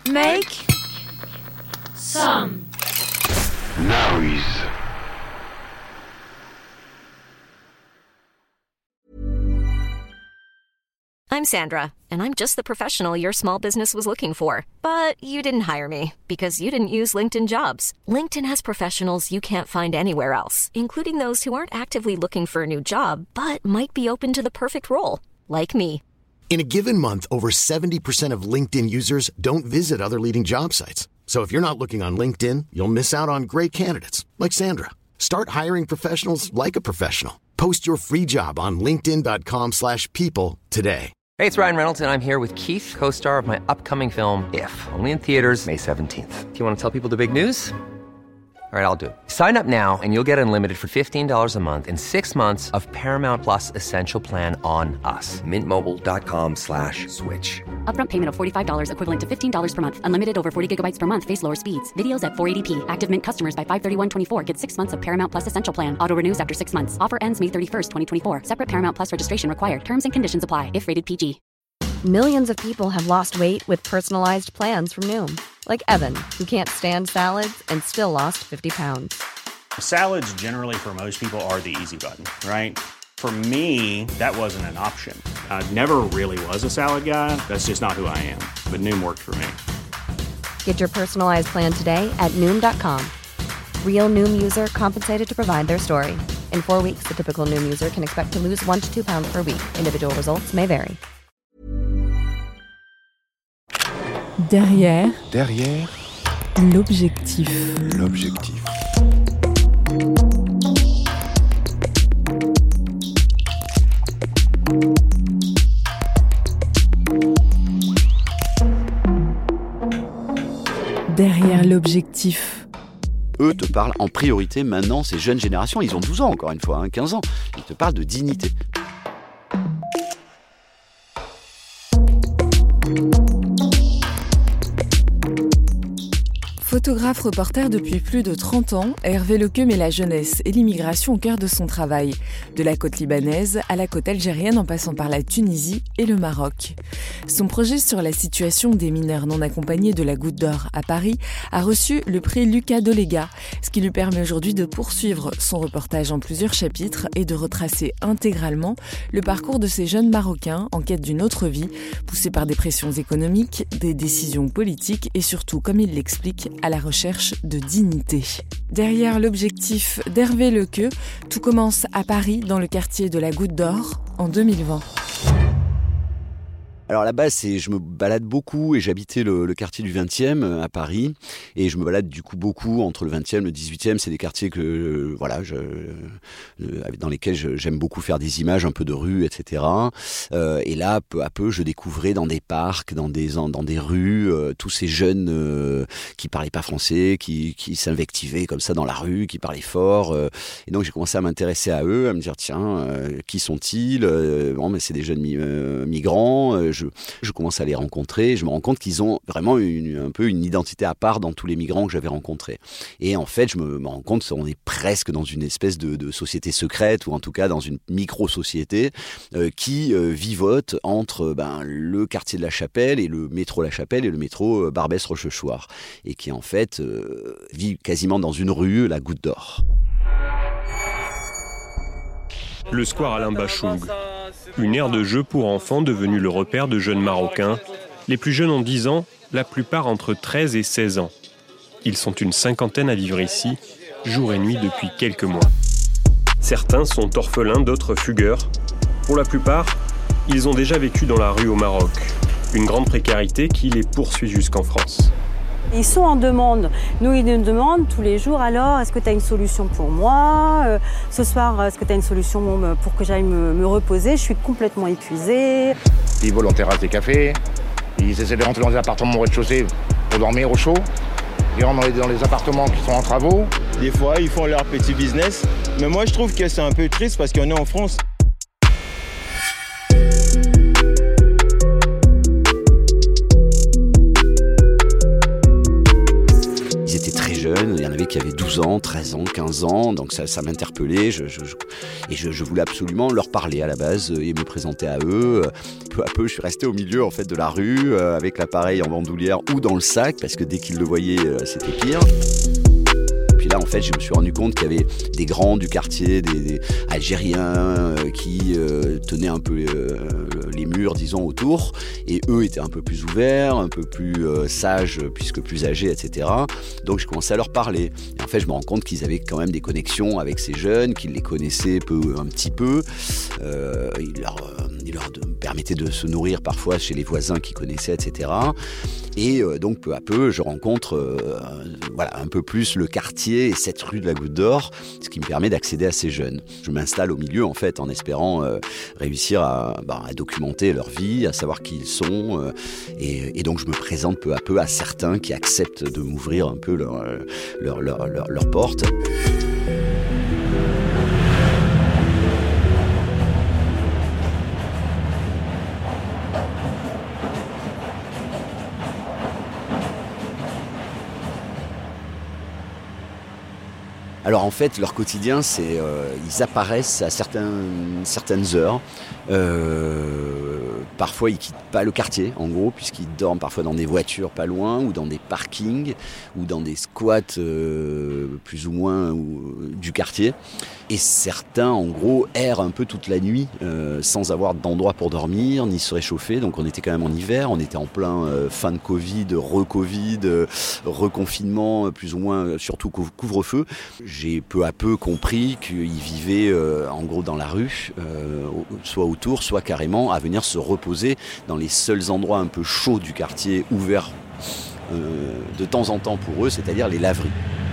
Make some noise. I'm Sandra, and I'm just the professional your small business was looking for. But you didn't hire me because you didn't use LinkedIn Jobs. LinkedIn has professionals you can't find anywhere else, including those who aren't actively looking for a new job, but might be open to the perfect role, like me. In a given month, over 70% of LinkedIn users don't visit other leading job sites. So if you're not looking on LinkedIn, you'll miss out on great candidates, like Sandra. Start hiring professionals like a professional. Post your free job on linkedin.com/people today. Hey, it's Ryan Reynolds, and I'm here with Keith, co-star of my upcoming film, If, only in theaters May 17th. Do you want to tell people the big news? All right, I'll do it. Sign up now and you'll get unlimited for $15 a month and 6 months of Paramount Plus Essential Plan on us. MintMobile.com/switch. Upfront payment of $45 equivalent to $15 per month. Unlimited over 40 gigabytes per month. Face lower speeds. Videos at 480p. Active Mint customers by 531.24 get 6 months of Paramount Plus Essential Plan. Auto renews after 6 months. Offer ends May 31st, 2024. Separate Paramount Plus registration required. Terms and conditions apply if rated PG. Millions of people have lost weight with personalized plans from Noom. Like Evan, who can't stand salads and still lost 50 pounds. Salads generally for most people are the easy button, right? For me, that wasn't an option. I never really was a salad guy. That's just not who I am. But Noom worked for me. Get your personalized plan today at Noom.com. Real Noom user compensated to provide their story. In 4 weeks, the typical Noom user can expect to lose 1 to 2 pounds per week. Individual results may vary. Derrière l'objectif. Derrière l'objectif. Eux te parlent en priorité maintenant, ces jeunes générations, ils ont 12 ans encore une fois, 15 ans. Ils te parlent de dignité. Photographe reporter depuis plus de 30 ans, Hervé Lequeux met la jeunesse et l'immigration au cœur de son travail. De la côte libanaise à la côte algérienne en passant par la Tunisie et le Maroc. Son projet sur la situation des mineurs non accompagnés de la Goutte d'Or à Paris a reçu le prix Lucas Dolega, ce qui lui permet aujourd'hui de poursuivre son reportage en plusieurs chapitres et de retracer intégralement le parcours de ces jeunes Marocains en quête d'une autre vie, poussés par des pressions économiques, des décisions politiques et surtout, comme il l'explique, à la recherche de dignité. Derrière l'objectif d'Hervé Lequeux, tout commence à Paris, dans le quartier de la Goutte d'Or, en 2020. Alors à la base, je me balade beaucoup et j'habitais le quartier du 20e à Paris et je me balade du coup beaucoup entre le 20e et le 18e. C'est des quartiers que dans lesquels j'aime beaucoup faire des images un peu de rue, etc. Et là, peu à peu, je découvrais dans des parcs, dans des rues, tous ces jeunes qui parlaient pas français, qui s'invectivaient comme ça dans la rue, qui parlaient fort. Et donc j'ai commencé à m'intéresser à eux, à me dire tiens, qui sont-ils ? Bon, mais c'est des jeunes migrants. Je commence à les rencontrer et je me rends compte qu'ils ont vraiment un peu une identité à part dans tous les migrants que j'avais rencontrés. Et en fait, je me rends compte qu'on est presque dans une espèce de société secrète ou en tout cas dans une micro-société qui vivote entre le quartier de la Chapelle et le métro La Chapelle et le métro Barbès-Rochechouart et qui en fait vit quasiment dans une rue, la Goutte d'Or. Le square Alain Bachung, une aire de jeu pour enfants devenue le repère de jeunes Marocains. Les plus jeunes ont 10 ans, la plupart entre 13 et 16 ans. Ils sont une cinquantaine à vivre ici, jour et nuit depuis quelques mois. Certains sont orphelins, d'autres fugueurs. Pour la plupart, ils ont déjà vécu dans la rue au Maroc. Une grande précarité qui les poursuit jusqu'en France. Ils sont en demande. Nous, ils nous demandent tous les jours, alors, est-ce que tu as une solution pour moi ? Ce soir, est-ce que tu as une solution pour que j'aille me reposer ? Je suis complètement épuisée. Ils volent en terrasse des cafés. Ils essaient de rentrer dans les appartements au rez-de-chaussée pour dormir au chaud. Ils rentrent dans les appartements qui sont en travaux. Des fois, ils font leur petit business. Mais moi, je trouve que c'est un peu triste parce qu'on est en France. Ils étaient très jeunes, il y en avait qui avaient 12 ans, 13 ans, 15 ans, donc ça m'interpellait, je voulais absolument leur parler à la base et me présenter à eux. Peu à peu, je suis resté au milieu en fait de la rue, avec l'appareil en bandoulière ou dans le sac, parce que dès qu'ils le voyaient, c'était pire. Puis là, en fait, je me suis rendu compte qu'il y avait des grands du quartier, des Algériens qui tenaient un peu les murs, disons, autour. Et eux étaient un peu plus ouverts, un peu plus sages, puisque plus âgés, etc. Donc, je commençais à leur parler. Et en fait, je me rends compte qu'ils avaient quand même des connexions avec ces jeunes, qu'ils les connaissaient un petit peu. Ils leur permettaient de se nourrir parfois chez les voisins qu'ils connaissaient, etc. Et donc, peu à peu, je rencontre un peu plus le quartier et cette rue de la Goutte d'Or, ce qui me permet d'accéder à ces jeunes. Je m'installe au milieu, en fait, en espérant réussir à documenter leur vie, à savoir qui ils sont. Et donc, je me présente peu à peu à certains qui acceptent de m'ouvrir un peu leur porte. Alors en fait, leur quotidien, c'est ils apparaissent à certaines heures. Parfois, ils quittent pas le quartier, en gros, puisqu'ils dorment parfois dans des voitures pas loin, ou dans des parkings, ou dans des squats plus ou moins du quartier. Et certains, en gros, errent un peu toute la nuit, sans avoir d'endroit pour dormir, ni se réchauffer. Donc on était quand même en hiver, on était en plein fin de Covid, re-Covid, reconfinement, plus ou moins, surtout couvre-feu. J'ai peu à peu compris qu'ils vivaient en gros dans la rue, soit autour, soit carrément à venir se reposer dans les seuls endroits un peu chauds du quartier, ouverts de temps en temps pour eux, c'est-à-dire les laveries.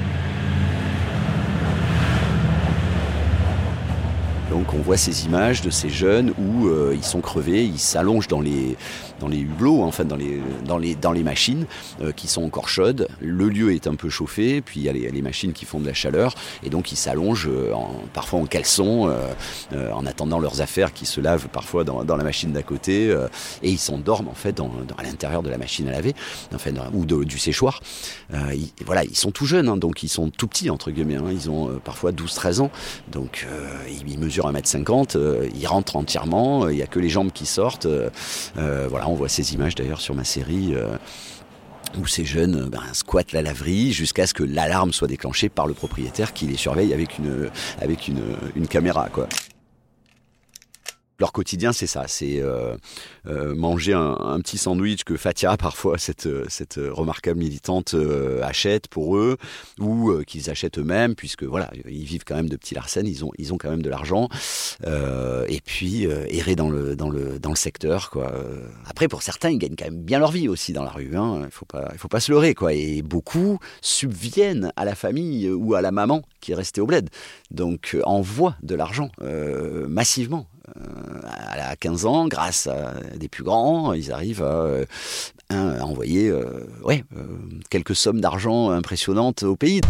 Donc on voit ces images de ces jeunes où ils sont crevés, ils s'allongent dans les hublots, enfin dans les machines qui sont encore chaudes. Le lieu est un peu chauffé, puis il y a les machines qui font de la chaleur, et donc ils s'allongent parfois en caleçon, en attendant leurs affaires qui se lavent parfois dans la machine d'à côté, et ils s'endorment en fait à l'intérieur de la machine à laver, ou du séchoir. Ils sont tout jeunes, donc ils sont tout petits entre guillemets, ils ont parfois 12-13 ans, donc ils mesurent 1m50, ils rentrent entièrement, il n'y a que les jambes qui sortent. On voit ces images d'ailleurs sur ma série où ces jeunes squattent la laverie jusqu'à ce que l'alarme soit déclenchée par le propriétaire qui les surveille avec une caméra, quoi. Leur quotidien, c'est ça, c'est manger un petit sandwich que Fatia, parfois, cette remarquable militante, achète pour eux, ou qu'ils achètent eux-mêmes, puisque voilà, ils vivent quand même de petits Larsen, ils ont quand même de l'argent, et puis errer dans le secteur, quoi. Après, pour certains, ils gagnent quand même bien leur vie aussi dans la rue, il faut pas se leurrer, quoi. Et beaucoup subviennent à la famille ou à la maman qui est restée au bled, donc envoient de l'argent massivement. À 15 ans, grâce à des plus grands, ils arrivent à envoyer quelques sommes d'argent impressionnantes au pays.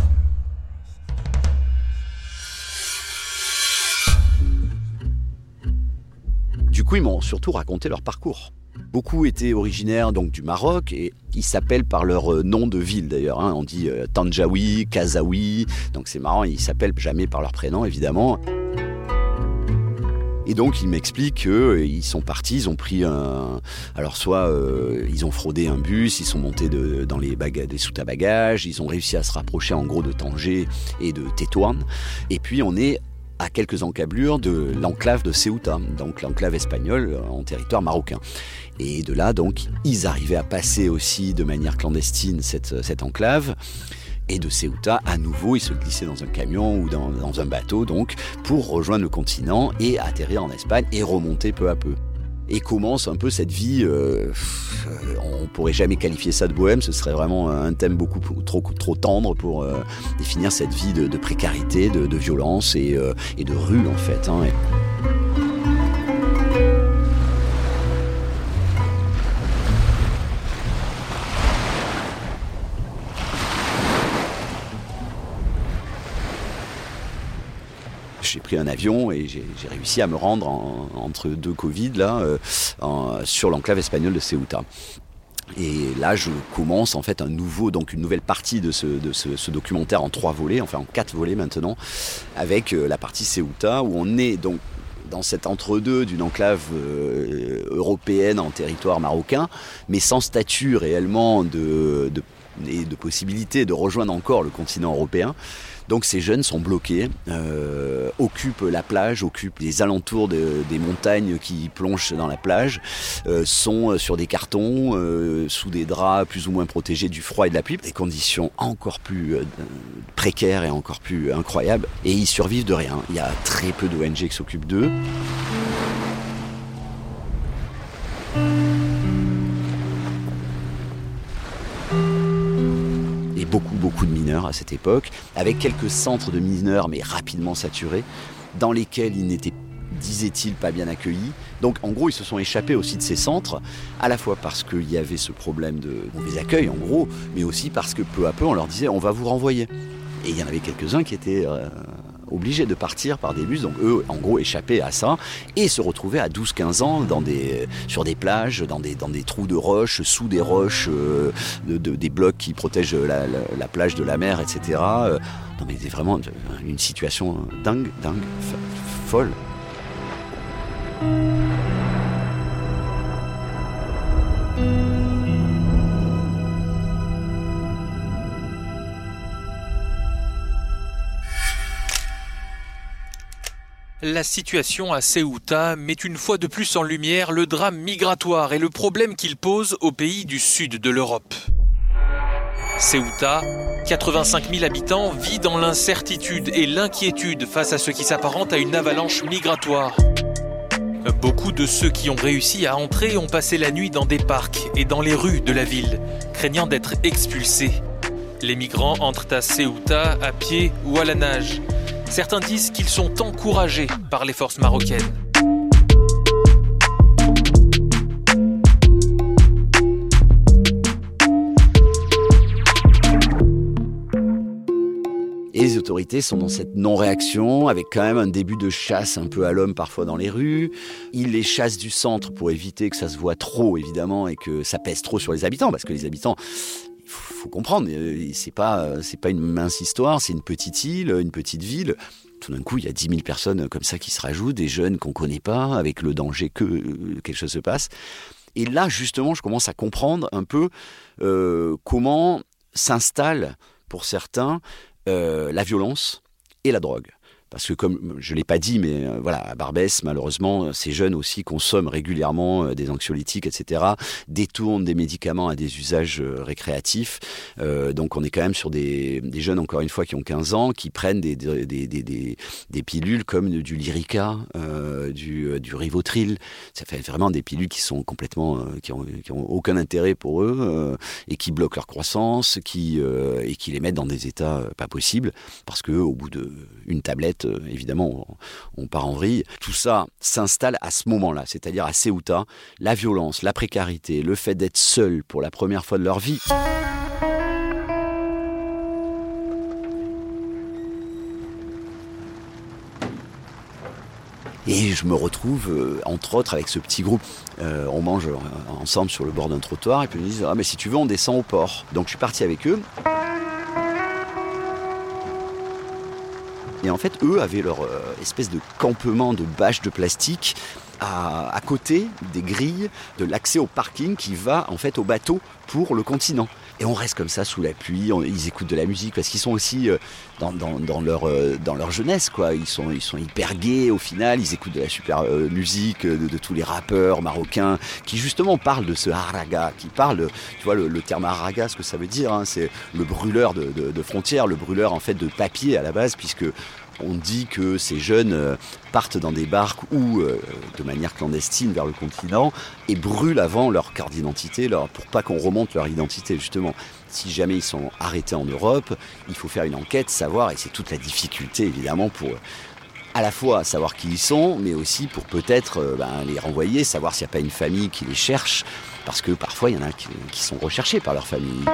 Du coup, ils m'ont surtout raconté leur parcours. Beaucoup étaient originaires donc du Maroc et ils s'appellent par leur nom de ville d'ailleurs. On dit Tandjaoui, Kazaoui, donc c'est marrant, ils s'appellent jamais par leur prénom évidemment. Et donc ils m'expliquent qu'ils sont partis, ils ont pris ils ont fraudé un bus, ils sont montés dans des soutes à bagages, ils ont réussi à se rapprocher en gros de Tanger et de Tétouan. Et puis on est à quelques encablures de l'enclave de Ceuta, donc l'enclave espagnole en territoire marocain. Et de là, donc, ils arrivaient à passer aussi de manière clandestine cette enclave. Et de Ceuta, à nouveau, ils se glissaient dans un camion ou dans un bateau, donc, pour rejoindre le continent et atterrir en Espagne et remonter peu à peu. Et commence un peu cette vie, on pourrait jamais qualifier ça de bohème, ce serait vraiment un thème beaucoup trop tendre pour définir cette vie de précarité, de violence et de rue en fait. J'ai pris un avion et j'ai réussi à me rendre entre deux Covid là, sur l'enclave espagnole de Ceuta. Et là, je commence en fait une nouvelle partie de ce documentaire en 3 volets, enfin en 4 volets maintenant, avec la partie Ceuta, où on est donc dans cet entre-deux d'une enclave européenne en territoire marocain, mais sans statut réellement et de possibilité de rejoindre encore le continent européen. Donc ces jeunes sont bloqués, occupent la plage, occupent les alentours des montagnes qui plongent dans la plage, sont sur des cartons, sous des draps plus ou moins protégés du froid et de la pluie, des conditions encore plus précaires et encore plus incroyables. Et ils survivent de rien. Il y a très peu d'ONG qui s'occupent d'eux. Beaucoup de mineurs à cette époque, avec quelques centres de mineurs, mais rapidement saturés, dans lesquels ils n'étaient, disait-il, pas bien accueillis. Donc en gros, ils se sont échappés aussi de ces centres, à la fois parce qu'il y avait ce problème de mauvais accueil, en gros, mais aussi parce que peu à peu, on leur disait « on va vous renvoyer ». Et il y en avait quelques-uns qui étaient obligés de partir par des bus, donc eux, en gros, échappaient à ça, et se retrouvaient à 12-15 ans sur des plages, dans des trous de roches, sous des roches, des blocs qui protègent la plage de la mer, etc. Non mais c'est vraiment une situation dingue, folle. La situation à Ceuta met une fois de plus en lumière le drame migratoire et le problème qu'il pose aux pays du sud de l'Europe. Ceuta, 85 000 habitants, vit dans l'incertitude et l'inquiétude face à ce qui s'apparente à une avalanche migratoire. Beaucoup de ceux qui ont réussi à entrer ont passé la nuit dans des parcs et dans les rues de la ville, craignant d'être expulsés. Les migrants entrent à Ceuta à pied ou à la nage. Certains disent qu'ils sont encouragés par les forces marocaines. Et les autorités sont dans cette non-réaction, avec quand même un début de chasse un peu à l'homme parfois dans les rues. Ils les chassent du centre pour éviter que ça se voit trop, évidemment, et que ça pèse trop sur les habitants, parce que les habitants... Il faut comprendre, c'est pas une mince histoire, c'est une petite île, une petite ville. Tout d'un coup, il y a 10 000 personnes comme ça qui se rajoutent, des jeunes qu'on connaît pas, avec le danger que quelque chose se passe. Et là, justement, je commence à comprendre un peu comment s'installe, pour certains, la violence et la drogue. Parce que comme je ne l'ai pas dit, mais voilà, à Barbès, malheureusement, ces jeunes aussi consomment régulièrement des anxiolytiques, etc., détournent des médicaments à des usages récréatifs. Donc on est quand même sur des jeunes, encore une fois, qui ont 15 ans, qui prennent des pilules comme du Lyrica, du Rivotril. Ça fait vraiment des pilules qui sont complètement... qui ont aucun intérêt pour eux, et qui bloquent leur croissance, et qui les mettent dans des états pas possibles, parce qu'au bout d'une tablette, évidemment, on part en vrille. Tout ça s'installe à ce moment-là, c'est-à-dire à Ceuta, la violence, la précarité, le fait d'être seul pour la première fois de leur vie. Et je me retrouve, entre autres, avec ce petit groupe. On mange ensemble sur le bord d'un trottoir, et puis ils me disent « Ah, mais si tu veux, on descend au port ». Donc je suis parti avec eux. Et en fait, eux avaient leur espèce de campement de bâches de plastique à côté des grilles de l'accès au parking qui va en fait au bateau pour le continent. Et on reste comme ça sous la pluie, ils écoutent de la musique parce qu'ils sont aussi dans leur jeunesse, quoi. Ils sont hyper gais au final, ils écoutent de la super musique de tous les rappeurs marocains qui justement parlent de ce haraga, qui parlent, tu vois le terme haraga, ce que ça veut dire, hein, c'est le brûleur de frontières, le brûleur en fait de papier à la base, puisque on dit que ces jeunes partent dans des barques ou de manière clandestine vers le continent et brûlent avant leur carte d'identité pour pas qu'on remonte leur identité, justement. Si jamais ils sont arrêtés en Europe, il faut faire une enquête, savoir, et c'est toute la difficulté évidemment pour à la fois savoir qui ils sont, mais aussi pour peut-être les renvoyer, savoir s'il n'y a pas une famille qui les cherche, parce que parfois il y en a qui sont recherchés par leur famille.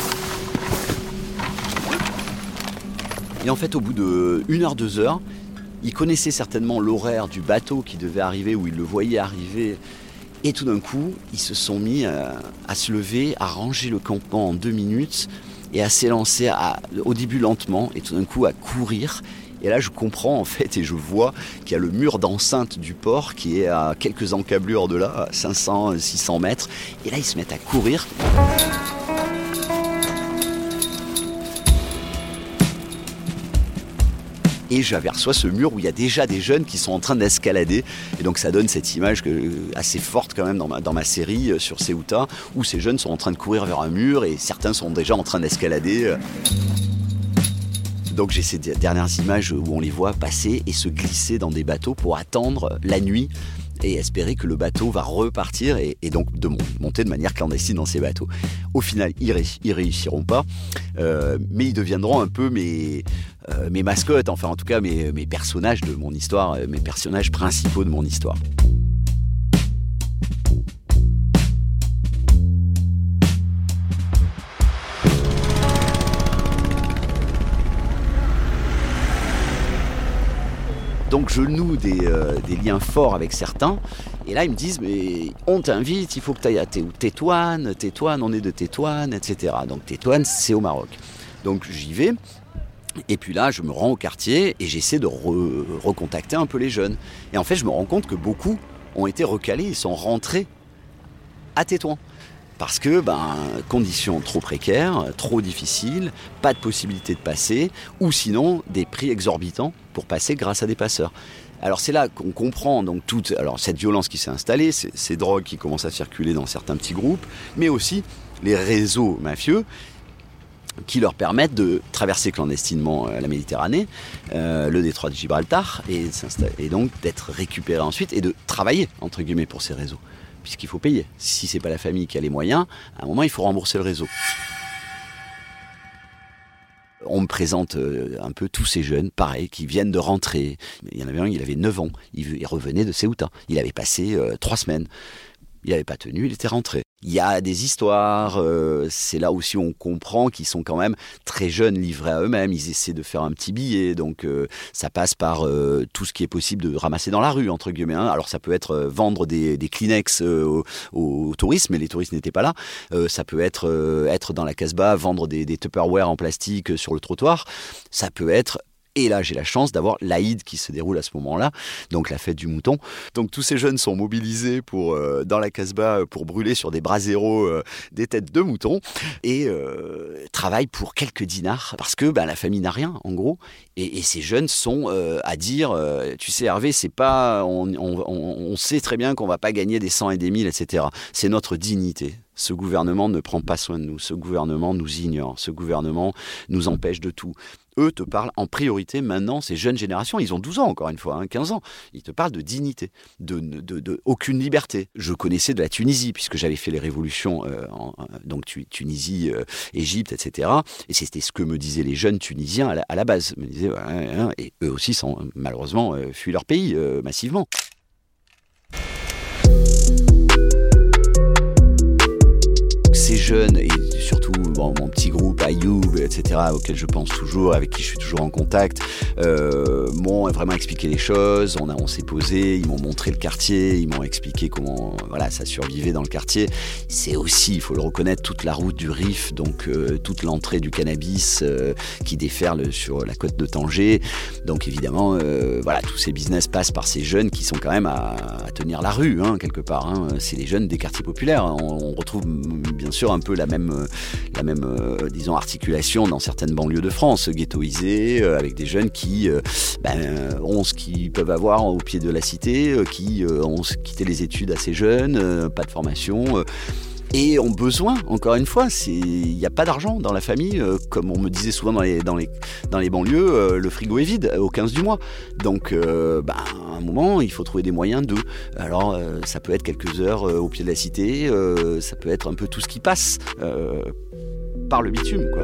Et en fait, au bout de 1 heure, 2 heures, Ils connaissaient certainement l'horaire du bateau qui devait arriver, ou ils le voyaient arriver. Et tout d'un coup, ils se sont mis à se lever, à ranger le campement en 2 minutes et à s'élancer au début lentement et tout d'un coup à courir. Et là, je comprends en fait et je vois qu'il y a le mur d'enceinte du port qui est à quelques encablures de là, à 500, 600 mètres. Et là, ils se mettent à courir. Et j'aperçois ce mur où il y a déjà des jeunes qui sont en train d'escalader. Et donc ça donne cette image assez forte quand même dans ma série sur Ceuta, où ces jeunes sont en train de courir vers un mur et certains sont déjà en train d'escalader. Donc j'ai ces dernières images où on les voit passer et se glisser dans des bateaux pour attendre la nuit et espérer que le bateau va repartir et donc de monter de manière clandestine dans ces bateaux. Au final, ils réussiront pas, mais ils deviendront un peu mes mascottes, enfin en tout cas mes personnages de mon histoire, mes personnages principaux de mon histoire. Donc je noue des liens forts avec certains. Et là, ils me disent, mais on t'invite, il faut que tu ailles à Tétouan, on est de Tétouan, etc. Donc Tétouan, c'est au Maroc. Donc j'y vais. Et puis là, je me rends au quartier et j'essaie de recontacter un peu les jeunes. Et en fait, je me rends compte que beaucoup ont été recalés, ils sont rentrés à Tétouan. Parce que, conditions trop précaires, trop difficiles, pas de possibilité de passer, ou sinon des prix exorbitants pour passer grâce à des passeurs. Alors c'est là qu'on comprend donc cette violence qui s'est installée, ces drogues qui commencent à circuler dans certains petits groupes, mais aussi les réseaux mafieux qui leur permettent de traverser clandestinement la Méditerranée, le détroit de Gibraltar, et donc d'être récupérés ensuite et de travailler, entre guillemets, pour ces réseaux. Puisqu'il faut payer. Si c'est pas la famille qui a les moyens, à un moment, il faut rembourser le réseau. On me présente un peu tous ces jeunes, pareil, qui viennent de rentrer. Il y en avait un, il avait 9 ans. Il revenait de Ceuta. Il avait passé 3 semaines. Il n'avait pas tenu, il était rentré. Il y a des histoires, c'est là aussi où on comprend qu'ils sont quand même très jeunes, livrés à eux-mêmes. Ils essaient de faire un petit billet, donc ça passe par tout ce qui est possible de ramasser dans la rue, entre guillemets. Alors ça peut être vendre des Kleenex aux touristes, mais les touristes n'étaient pas là. Ça peut être dans la Casbah, vendre des Tupperware en plastique sur le trottoir. Ça peut être... Et là, j'ai la chance d'avoir l'Aïd qui se déroule à ce moment-là, donc la fête du mouton. Donc tous ces jeunes sont mobilisés dans la Casbah pour brûler sur des braseros des têtes de mouton et travaillent pour quelques dinars parce que la famille n'a rien, en gros. Et ces jeunes sont à dire, tu sais Hervé, c'est pas, on sait très bien qu'on va pas gagner des 100 et des 1000, etc. C'est notre dignité. Ce gouvernement ne prend pas soin de nous, ce gouvernement nous ignore, ce gouvernement nous empêche de tout. Eux te parlent en priorité maintenant, ces jeunes générations, ils ont 12 ans encore une fois, 15 ans, ils te parlent de dignité, de aucune liberté. Je connaissais de la Tunisie, puisque j'avais fait les révolutions, donc Tunisie, Égypte, etc. Et c'était ce que me disaient les jeunes Tunisiens à la base. Ils me disaient, et eux aussi, malheureusement, fuient leur pays massivement. Ces jeunes, et surtout mon petit groupe Ayoub, etc., auquel je pense toujours, avec qui je suis toujours en contact, m'ont vraiment expliqué les choses. On s'est posé, ils m'ont montré le quartier, ils m'ont expliqué comment ça survivait dans le quartier. C'est aussi, il faut le reconnaître, toute la route du Rif, donc toute l'entrée du cannabis qui déferle sur la côte de Tanger. Donc évidemment, tous ces business passent par ces jeunes qui sont quand même à tenir la rue, quelque part. C'est les jeunes des quartiers populaires. On retrouve bien sûr un peu la même disons, articulation dans certaines banlieues de France, ghettoisées, avec des jeunes qui ont ce qu'ils peuvent avoir au pied de la cité, qui ont quitté les études assez jeunes, pas de formation, et ont besoin, encore une fois, il n'y a pas d'argent dans la famille, comme on me disait souvent dans les banlieues, le frigo est vide au 15 du mois. Donc, à un moment, il faut trouver des moyens d'eux. Alors, ça peut être quelques heures au pied de la cité, ça peut être un peu tout ce qui passe par le bitume, quoi.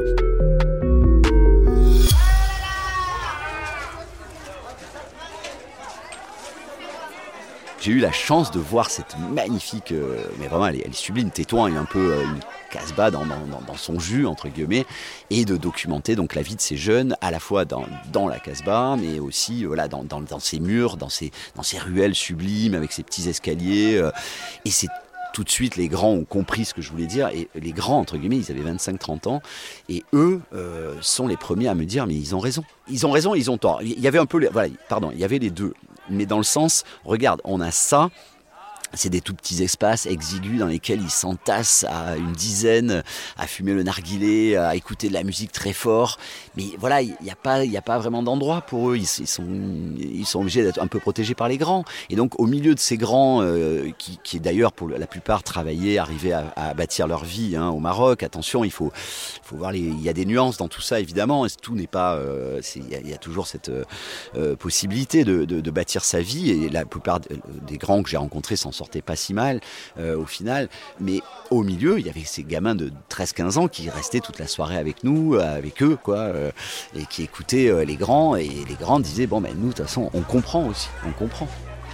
j'ai eu la chance de voir cette magnifique, mais vraiment elle est sublime, Tétouan est un peu une Casbah dans son jus entre guillemets, et de documenter donc la vie de ces jeunes à la fois dans la Casbah, mais aussi voilà dans ces murs, dans ces ruelles sublimes avec ces petits escaliers, et c'est tout de suite, les grands ont compris ce que je voulais dire, et les grands, entre guillemets, ils avaient 25-30 ans, et eux sont les premiers à me dire, mais ils ont raison, ils ont tort. Il y avait un peu, il y avait les deux, mais dans le sens, regarde, on a ça, c'est des tout petits espaces exigus dans lesquels ils s'entassent à une dizaine, à fumer le narguilé, à écouter de la musique très fort. Mais voilà, il n'y a pas vraiment d'endroit pour eux. Ils sont obligés d'être un peu protégés par les grands. Et donc, au milieu de ces grands, qui d'ailleurs, pour la plupart, travaillaient, arrivaient à bâtir leur vie au Maroc. Attention, il faut voir il y a des nuances dans tout ça, évidemment. Tout n'est pas... Il y a toujours cette possibilité de bâtir sa vie. Et la plupart des grands que j'ai rencontrés s'en sortaient pas si mal au final, mais au milieu il y avait ces gamins de 13-15 ans qui restaient toute la soirée avec nous, avec eux quoi, et qui écoutaient les grands, et les grands disaient bon ben nous de toute façon on comprend aussi, on comprend.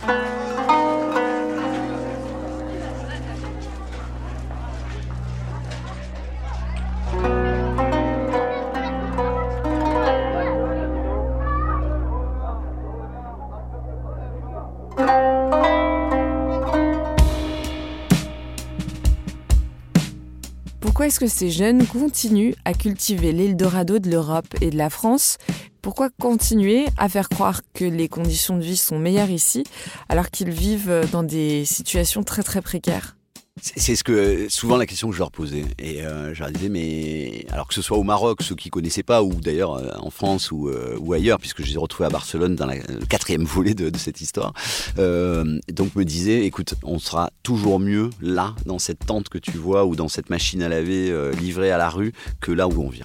Pourquoi est-ce que ces jeunes continuent à cultiver l'Eldorado de l'Europe et de la France ? Pourquoi continuer à faire croire que les conditions de vie sont meilleures ici alors qu'ils vivent dans des situations très très précaires ? C'est souvent la question que je leur posais, et je leur disais, mais alors que ce soit au Maroc, ceux qui connaissaient pas, ou d'ailleurs en France ou ailleurs, puisque je les ai retrouvés à Barcelone dans le 4e volet de cette histoire, donc me disaient, écoute, on sera toujours mieux là, dans cette tente que tu vois, ou dans cette machine à laver livrée à la rue, que là où on vient.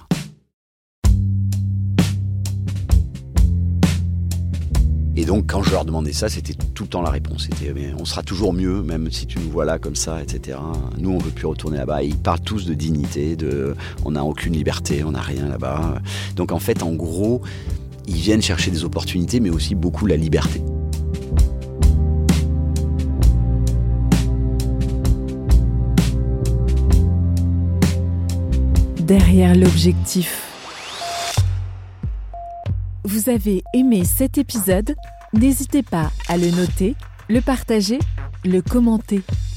Et donc, quand je leur demandais ça, c'était tout le temps la réponse. C'était mais on sera toujours mieux, même si tu nous vois là comme ça, etc. Nous, on veut plus retourner là-bas. Et ils parlent tous de dignité, on n'a aucune liberté, on n'a rien là-bas. Donc, en fait, en gros, ils viennent chercher des opportunités, mais aussi beaucoup la liberté. Derrière l'objectif. Vous avez aimé cet épisode ? N'hésitez pas à le noter, le partager, le commenter.